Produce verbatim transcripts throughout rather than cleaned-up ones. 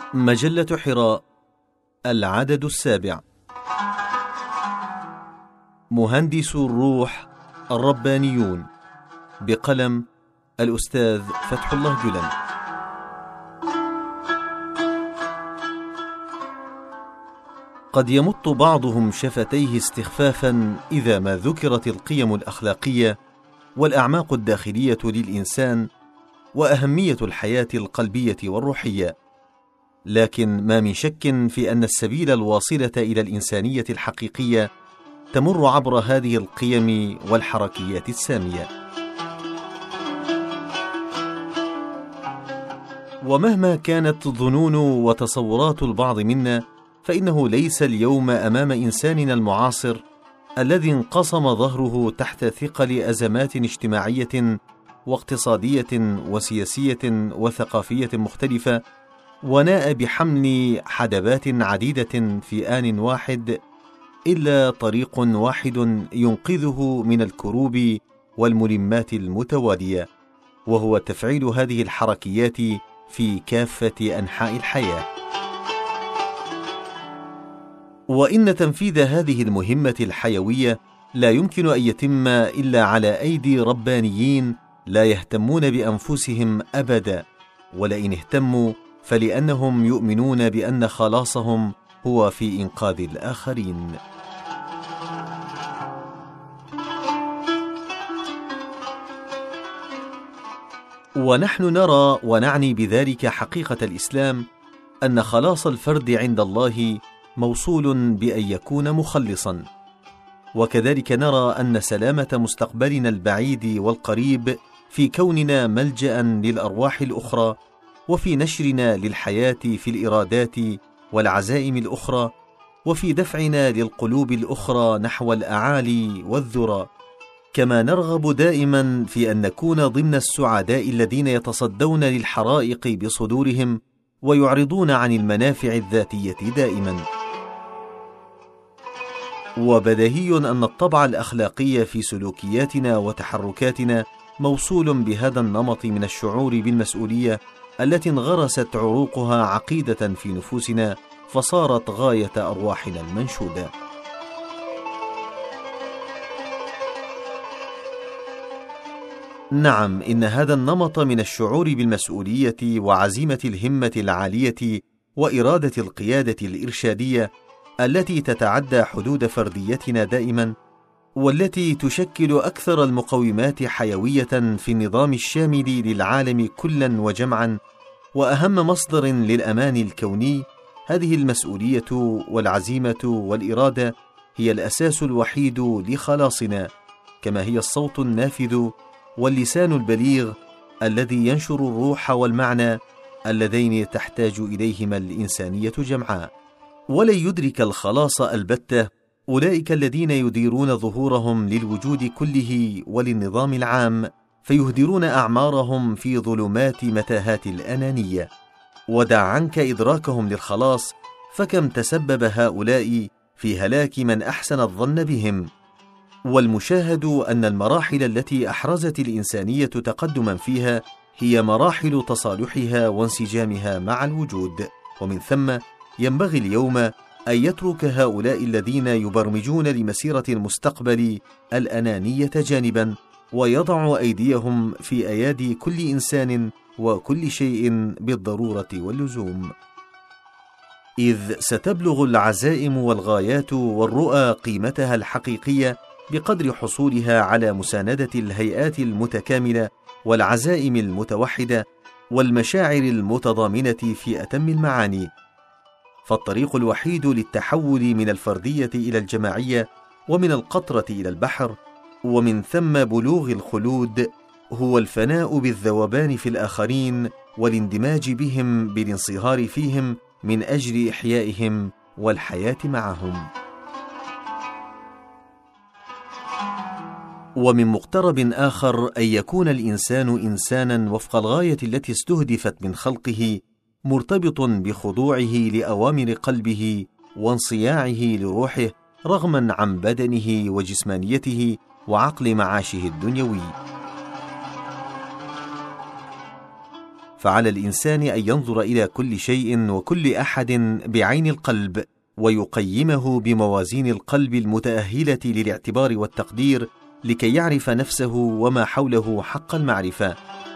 مجلة حراء، العدد السابع. مهندس الروح الربانيون، بقلم الأستاذ فتح الله جلن. قد يمط بعضهم شفتيه استخفافا إذا ما ذكرت القيم الأخلاقية والأعماق الداخلية للإنسان وأهمية الحياة القلبية والروحية، لكن ما من شك في أن السبيل الواصلة إلى الإنسانية الحقيقية تمر عبر هذه القيم والحركيات السامية. ومهما كانت ظنون وتصورات البعض منا، فإنه ليس اليوم أمام إنساننا المعاصر الذي انقسم ظهره تحت ثقل أزمات اجتماعية واقتصادية وسياسية وثقافية مختلفة، وناء بحمل حدبات عديدة في آن واحد، إلا طريق واحد ينقذه من الكروب والملمات المتوالية، وهو تفعيل هذه الحركيات في كافة أنحاء الحياة. وإن تنفيذ هذه المهمة الحيوية لا يمكن أن يتم إلا على أيدي ربانيين لا يهتمون بأنفسهم أبدا، ولئن اهتموا فلأنهم يؤمنون بأن خلاصهم هو في إنقاذ الآخرين. ونحن نرى ونعني بذلك حقيقة الإسلام، أن خلاص الفرد عند الله موصول بأن يكون مخلصا، وكذلك نرى أن سلامة مستقبلنا البعيد والقريب في كوننا ملجأ للأرواح الأخرى، وفي نشرنا للحياة في الإرادات والعزائم الأخرى، وفي دفعنا للقلوب الأخرى نحو الأعالي والذرى، كما نرغب دائما في أن نكون ضمن السعداء الذين يتصدون للحرائق بصدورهم ويعرضون عن المنافع الذاتية دائما. وبديهي أن الطبع الأخلاقي في سلوكياتنا وتحركاتنا موصول بهذا النمط من الشعور بالمسؤولية التي انغرست عروقها عقيدة في نفوسنا، فصارت غاية أرواحنا المنشودة. نعم، إن هذا النمط من الشعور بالمسؤولية وعزيمة الهمة العالية وإرادة القيادة الإرشادية التي تتعدى حدود فرديتنا دائما، والتي تشكل أكثر المقومات حيوية في النظام الشامل للعالم كلا وجمعا، وأهم مصدر للأمان الكوني، هذه المسؤولية والعزيمة والإرادة هي الأساس الوحيد لخلاصنا، كما هي الصوت النافذ واللسان البليغ الذي ينشر الروح والمعنى اللذين تحتاج إليهما الإنسانية جمعاء. ولن يدرك الخلاص البتة أولئك الذين يديرون ظهورهم للوجود كله وللنظام العام، فيهدرون أعمارهم في ظلمات متاهات الأنانية. ودع عنك إدراكهم للخلاص، فكم تسبب هؤلاء في هلاك من أحسن الظن بهم. والمشاهد أن المراحل التي أحرزت الإنسانية تقدما فيها هي مراحل تصالحها وانسجامها مع الوجود، ومن ثم ينبغي اليوم أن يترك هؤلاء الذين يبرمجون لمسيرة المستقبل الأنانية جانبا، ويضع أيديهم في أيادي كل إنسان وكل شيء بالضرورة واللزوم، إذ ستبلغ العزائم والغايات والرؤى قيمتها الحقيقية بقدر حصولها على مساندة الهيئات المتكاملة والعزائم المتوحدة والمشاعر المتضامنة في أتم المعاني. فالطريق الوحيد للتحول من الفردية إلى الجماعية، ومن القطرة إلى البحر، ومن ثم بلوغ الخلود، هو الفناء بالذوبان في الآخرين والاندماج بهم بالانصهار فيهم من أجل إحيائهم والحياة معهم. ومن مقترب آخر أن يكون الإنسان إنسانا وفق الغاية التي استهدفت من خلقه، مرتبط بخضوعه لأوامر قلبه وانصياعه لروحه رغما عن بدنه وجسمانيته وعقل معاشه الدنيوي. فعلى الإنسان أن ينظر إلى كل شيء وكل أحد بعين القلب، ويقيمه بموازين القلب المتأهلة للاعتبار والتقدير، لكي يعرف نفسه وما حوله حق المعرفة.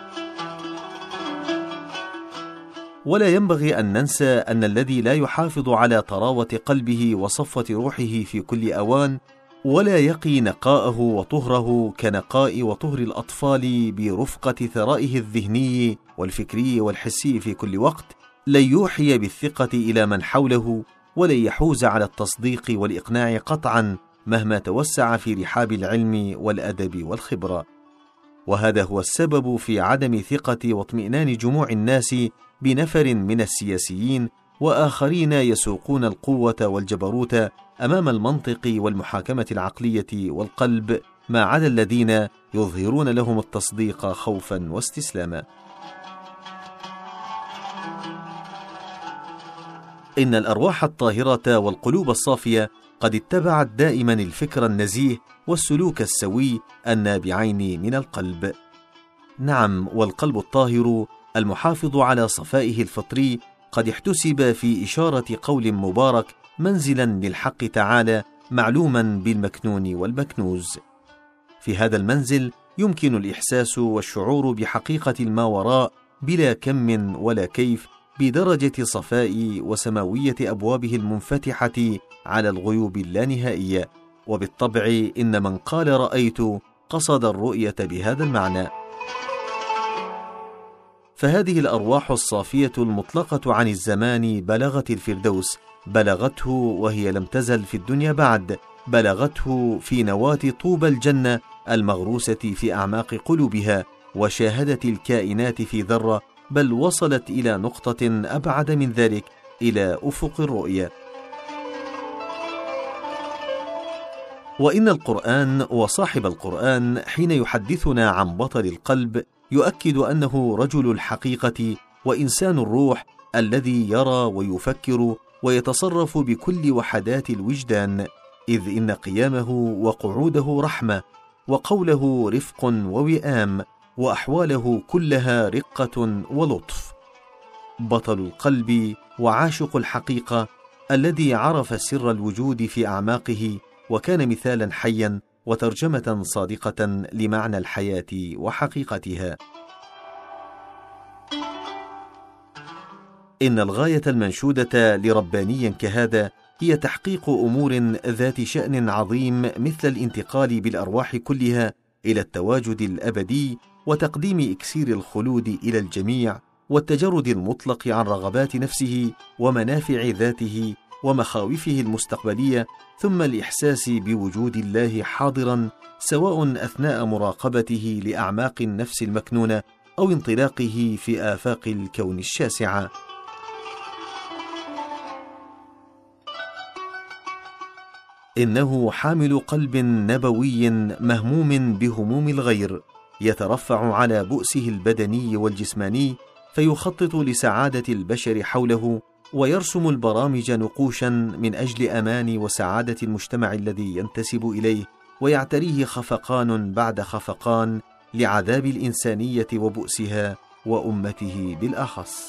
ولا ينبغي أن ننسى أن الذي لا يحافظ على طراوة قلبه وصفوة روحه في كل أوان، ولا يقي نقاءه وطهره كنقاء وطهر الأطفال برفقة ثرائه الذهني والفكري والحسي في كل وقت، لن يوحي بالثقة إلى من حوله، ولن يحوز على التصديق والإقناع قطعا مهما توسع في رحاب العلم والأدب والخبرة. وهذا هو السبب في عدم ثقة واطمئنان جموع الناس بنفر من السياسيين وآخرين يسوقون القوة والجبروت أمام المنطق والمحاكمة العقلية والقلب، ما عدا الذين يظهرون لهم التصديق خوفا واستسلاما. إن الأرواح الطاهرة والقلوب الصافية قد اتبعت دائما الفكر النزيه والسلوك السوي النابعين من القلب. نعم، والقلب الطاهر المحافظ على صفائه الفطري قد احتسب في إشارة قول مبارك منزلا للحق تعالى معلوما بالمكنون والمكنوز. في هذا المنزل يمكن الإحساس والشعور بحقيقة الماوراء بلا كم ولا كيف، بدرجة صفاء وسماوية أبوابه المنفتحة على الغيوب اللانهائية. وبالطبع إن من قال رأيت قصد الرؤية بهذا المعنى. فهذه الأرواح الصافية المطلقة عن الزمان بلغت الفردوس، بلغته وهي لم تزل في الدنيا بعد، بلغته في نواة طوبى الجنة المغروسة في أعماق قلوبها، وشاهدت الكائنات في ذرة، بل وصلت إلى نقطة أبعد من ذلك، إلى أفق الرؤية. وإن القرآن وصاحب القرآن حين يحدثنا عن بطل القلب يؤكد أنه رجل الحقيقة وإنسان الروح الذي يرى ويفكر ويتصرف بكل وحدات الوجدان، إذ إن قيامه وقعوده رحمة، وقوله رفق ووئام، وأحواله كلها رقة ولطف. بطل القلب وعاشق الحقيقة الذي عرف سر الوجود في أعماقه، وكان مثالا حيا وترجمة صادقة لمعنى الحياة وحقيقتها. إن الغاية المنشودة لرباني كهذا هي تحقيق أمور ذات شأن عظيم، مثل الانتقال بالأرواح كلها إلى التواجد الأبدي، وتقديم إكسير الخلود إلى الجميع، والتجرد المطلق عن رغبات نفسه ومنافع ذاته ومخاوفه المستقبلية، ثم الإحساس بوجود الله حاضرا، سواء أثناء مراقبته لأعماق النفس المكنونة أو انطلاقه في آفاق الكون الشاسعة. إنه حامل قلب نبوي مهموم بهموم الغير، يترفع على بؤسه البدني والجسماني، فيخطط لسعادة البشر حوله، ويرسم البرامج نقوشا من أجل أمان وسعادة المجتمع الذي ينتسب إليه، ويعتريه خفقان بعد خفقان لعذاب الإنسانية وبؤسها وأمته بالأخص.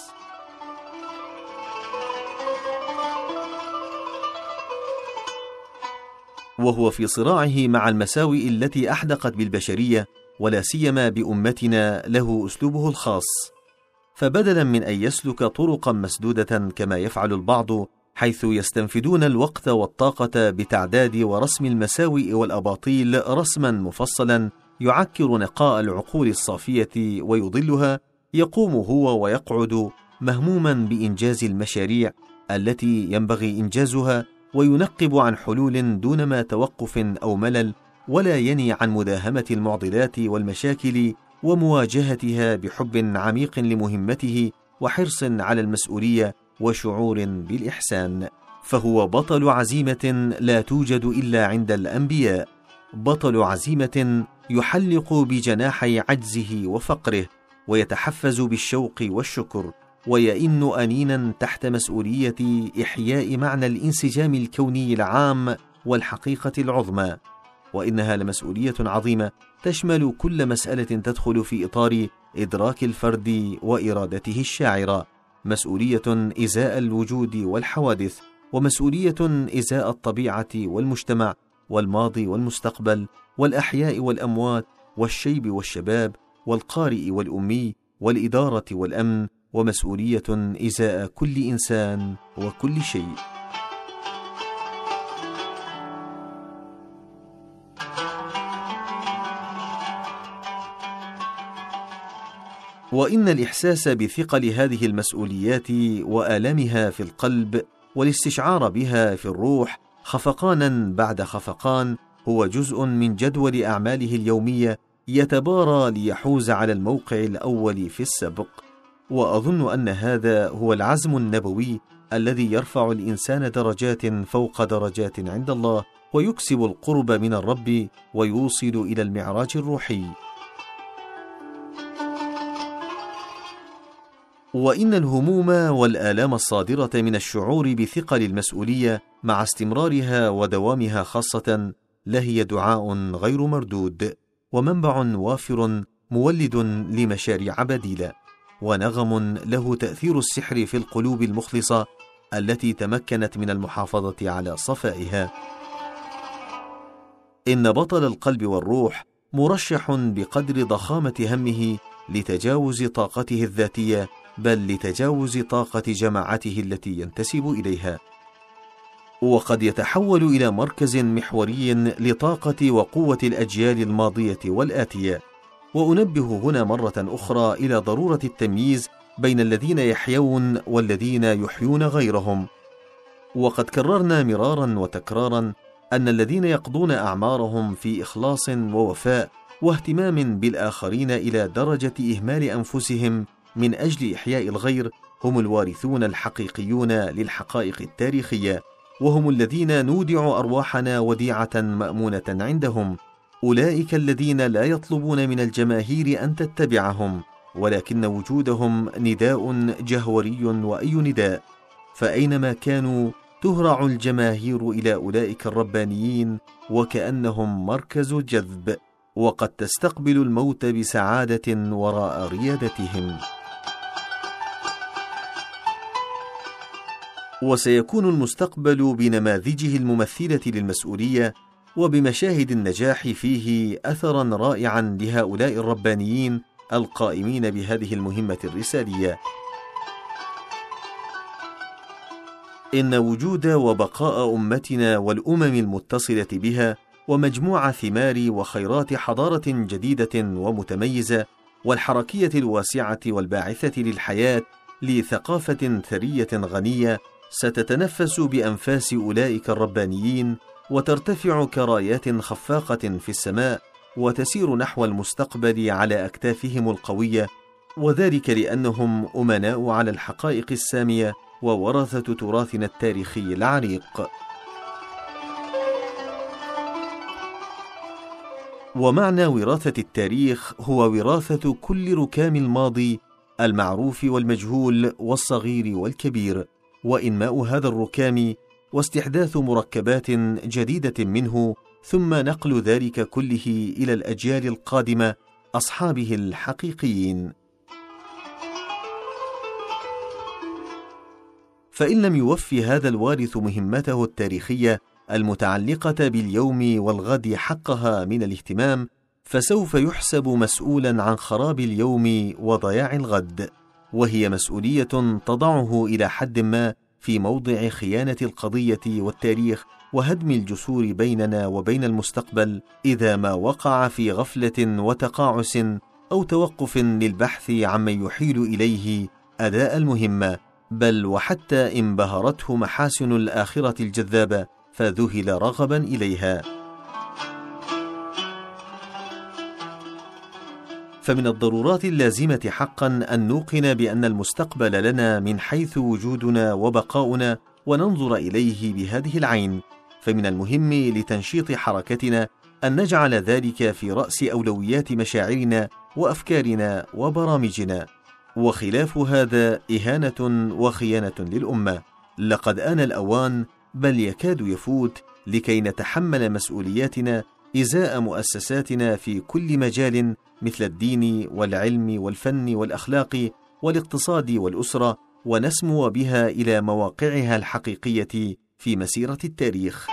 وهو في صراعه مع المساوئ التي أحدقت بالبشرية، ولا سيما بأمتنا، له أسلوبه الخاص. فبدلا من أن يسلك طرقا مسدودة كما يفعل البعض، حيث يستنفدون الوقت والطاقة بتعداد ورسم المساوئ والأباطيل رسما مفصلا يعكر نقاء العقول الصافية ويضلها، يقوم هو ويقعد مهموما بإنجاز المشاريع التي ينبغي إنجازها، وينقب عن حلول دونما توقف أو ملل، ولا يني عن مداهمة المعضلات والمشاكل ومواجهتها بحب عميق لمهمته وحرص على المسؤولية وشعور بالإحسان. فهو بطل عزيمة لا توجد إلا عند الأنبياء، بطل عزيمة يحلق بجناحي عجزه وفقره، ويتحفز بالشوق والشكر، ويئن أنينا تحت مسؤولية إحياء معنى الانسجام الكوني العام والحقيقة العظمى. وإنها لمسؤولية عظيمة تشمل كل مسألة تدخل في إطار إدراك الفرد وإرادته الشاعرة، مسؤولية إزاء الوجود والحوادث، ومسؤولية إزاء الطبيعة والمجتمع والماضي والمستقبل والأحياء والأموات والشيب والشباب والقارئ والأمي والإدارة والأمن، ومسؤولية إزاء كل إنسان وكل شيء. وإن الإحساس بثقل هذه المسؤوليات وآلامها في القلب والاستشعار بها في الروح خفقانا بعد خفقان هو جزء من جدول أعماله اليومية يتبارى ليحوز على الموقع الأول في السبق. وأظن أن هذا هو العزم النبوي الذي يرفع الإنسان درجات فوق درجات عند الله، ويكسب القرب من الرب، ويوصل إلى المعراج الروحي. وإن الهموم والآلام الصادرة من الشعور بثقل المسؤولية مع استمرارها ودوامها خاصة لهي دعاء غير مردود، ومنبع وافر مولد لمشاريع بديلة، ونغم له تأثير السحر في القلوب المخلصة التي تمكنت من المحافظة على صفائها. إن بطل القلب والروح مرشح بقدر ضخامة همه لتجاوز طاقته الذاتية، بل لتجاوز طاقة جماعته التي ينتسب إليها، وقد يتحول إلى مركز محوري لطاقة وقوة الأجيال الماضية والآتية. وأنبه هنا مرة أخرى إلى ضرورة التمييز بين الذين يحيون والذين يحيون غيرهم. وقد كررنا مرارا وتكرارا أن الذين يقضون أعمارهم في إخلاص ووفاء واهتمام بالآخرين إلى درجة إهمال أنفسهم من أجل إحياء الغير هم الوارثون الحقيقيون للحقائق التاريخية، وهم الذين نودع أرواحنا وديعة مأمونة عندهم. أولئك الذين لا يطلبون من الجماهير أن تتبعهم، ولكن وجودهم نداء جهوري وأي نداء، فأينما كانوا تهرع الجماهير إلى أولئك الربانيين وكأنهم مركز جذب، وقد تستقبل الموت بسعادة وراء ريادتهم. وسيكون المستقبل بنماذجه الممثلة للمسؤولية وبمشاهد النجاح فيه أثرا رائعا لهؤلاء الربانيين القائمين بهذه المهمة الرسالية. إن وجود وبقاء أمتنا والأمم المتصلة بها ومجموع ثمار وخيرات حضارة جديدة ومتميزة والحركية الواسعة والباعثة للحياة لثقافة ثرية غنية ستتنفس بأنفاس أولئك الربانيين وترتفع كرايات خفاقة في السماء وتسير نحو المستقبل على أكتافهم القوية، وذلك لأنهم أمناء على الحقائق السامية وورثة تراثنا التاريخي العريق. ومعنى وراثة التاريخ هو وراثة كل ركام الماضي المعروف والمجهول والصغير والكبير، وإنماء هذا الركام واستحداث مركبات جديدة منه، ثم نقل ذلك كله إلى الأجيال القادمة أصحابه الحقيقيين. فإن لم يوفي هذا الوارث مهمته التاريخية المتعلقة باليوم والغد حقها من الاهتمام، فسوف يحسب مسؤولا عن خراب اليوم وضياع الغد، وهي مسؤولية تضعه إلى حد ما في موضع خيانة القضية والتاريخ وهدم الجسور بيننا وبين المستقبل إذا ما وقع في غفلة وتقاعس أو توقف للبحث عمن يحيل إليه أداء المهمة، بل وحتى إن بهرته محاسن الآخرة الجذابة فذهل رغبا إليها. فمن الضرورات اللازمة حقا أن نوقن بأن المستقبل لنا من حيث وجودنا وبقاؤنا وننظر إليه بهذه العين، فمن المهم لتنشيط حركتنا أن نجعل ذلك في رأس أولويات مشاعرنا وأفكارنا وبرامجنا، وخلاف هذا إهانة وخيانة للأمة. لقد آن الأوان، بل يكاد يفوت، لكي نتحمل مسؤولياتنا إزاء مؤسساتنا في كل مجال مثل الدين والعلم والفن والأخلاق والاقتصاد والأسرة، ونسمو بها إلى مواقعها الحقيقية في مسيرة التاريخ.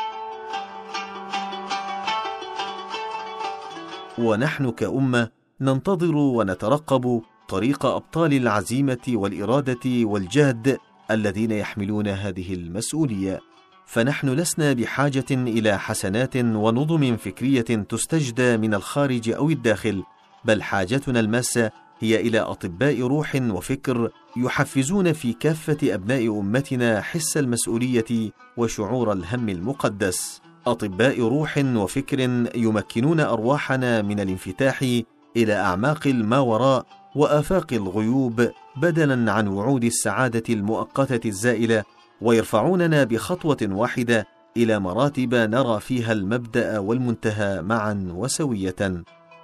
ونحن كأمة ننتظر ونترقب طريق أبطال العزيمة والإرادة والجهد الذين يحملون هذه المسؤولية، فنحن لسنا بحاجة إلى حسنات ونظم فكرية تستجدى من الخارج أو الداخل، بل حاجتنا الماسة هي إلى أطباء روح وفكر يحفزون في كافة أبناء أمتنا حس المسؤولية وشعور الهم المقدس، أطباء روح وفكر يمكنون أرواحنا من الانفتاح إلى أعماق الماوراء وآفاق الغيوب بدلاً عن وعود السعادة المؤقتة الزائلة، ويرفعوننا بخطوة واحدة إلى مراتب نرى فيها المبدأ والمنتهى معاً وسوية.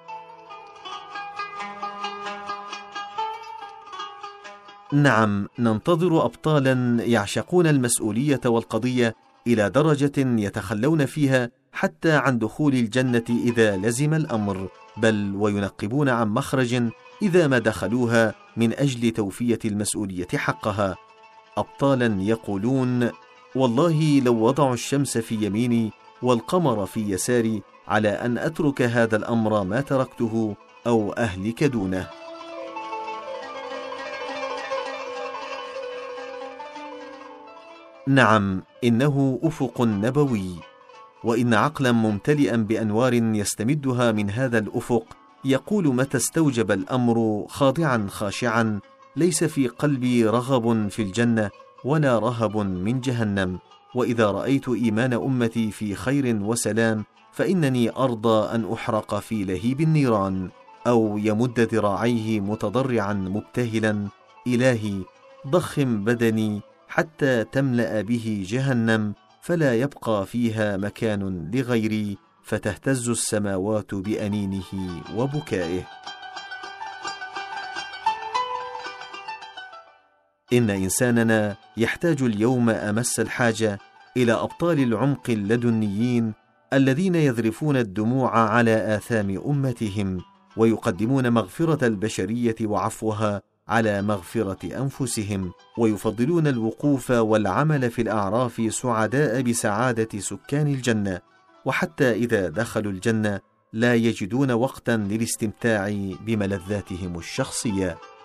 نعم، ننتظر أبطالاً يعشقون المسؤولية والقضية إلى درجة يتخلون فيها حتى عن دخول الجنة إذا لزم الأمر، بل وينقبون عن مخرج إذا ما دخلوها من أجل توفية المسؤولية حقها. أبطالا يقولون: والله لو وضعوا الشمس في يميني والقمر في يساري على أن أترك هذا الأمر ما تركته أو أهلك دونه. نعم، إنه أفق نبوي، وإن عقلا ممتلئا بأنوار يستمدها من هذا الأفق يقول متى استوجب الأمر خاضعا خاشعا: ليس في قلبي رغب في الجنة ولا رهب من جهنم، وإذا رأيت إيمان أمتي في خير وسلام فإنني أرضى أن أحرق في لهيب النيران، أو يمد ذراعيه متضرعا مبتهلا: إلهي ضخم بدني حتى تملأ به جهنم فلا يبقى فيها مكان لغيري، فتهتز السماوات بأنينه وبكائه. إن إنساننا يحتاج اليوم أمس الحاجة إلى أبطال العمق اللدنيين الذين يذرفون الدموع على آثام أمتهم، ويقدمون مغفرة البشرية وعفوها على مغفرة أنفسهم، ويفضلون الوقوف والعمل في الأعراف سعداء بسعادة سكان الجنة، وحتى إذا دخلوا الجنة لا يجدون وقتا للاستمتاع بملذاتهم الشخصية.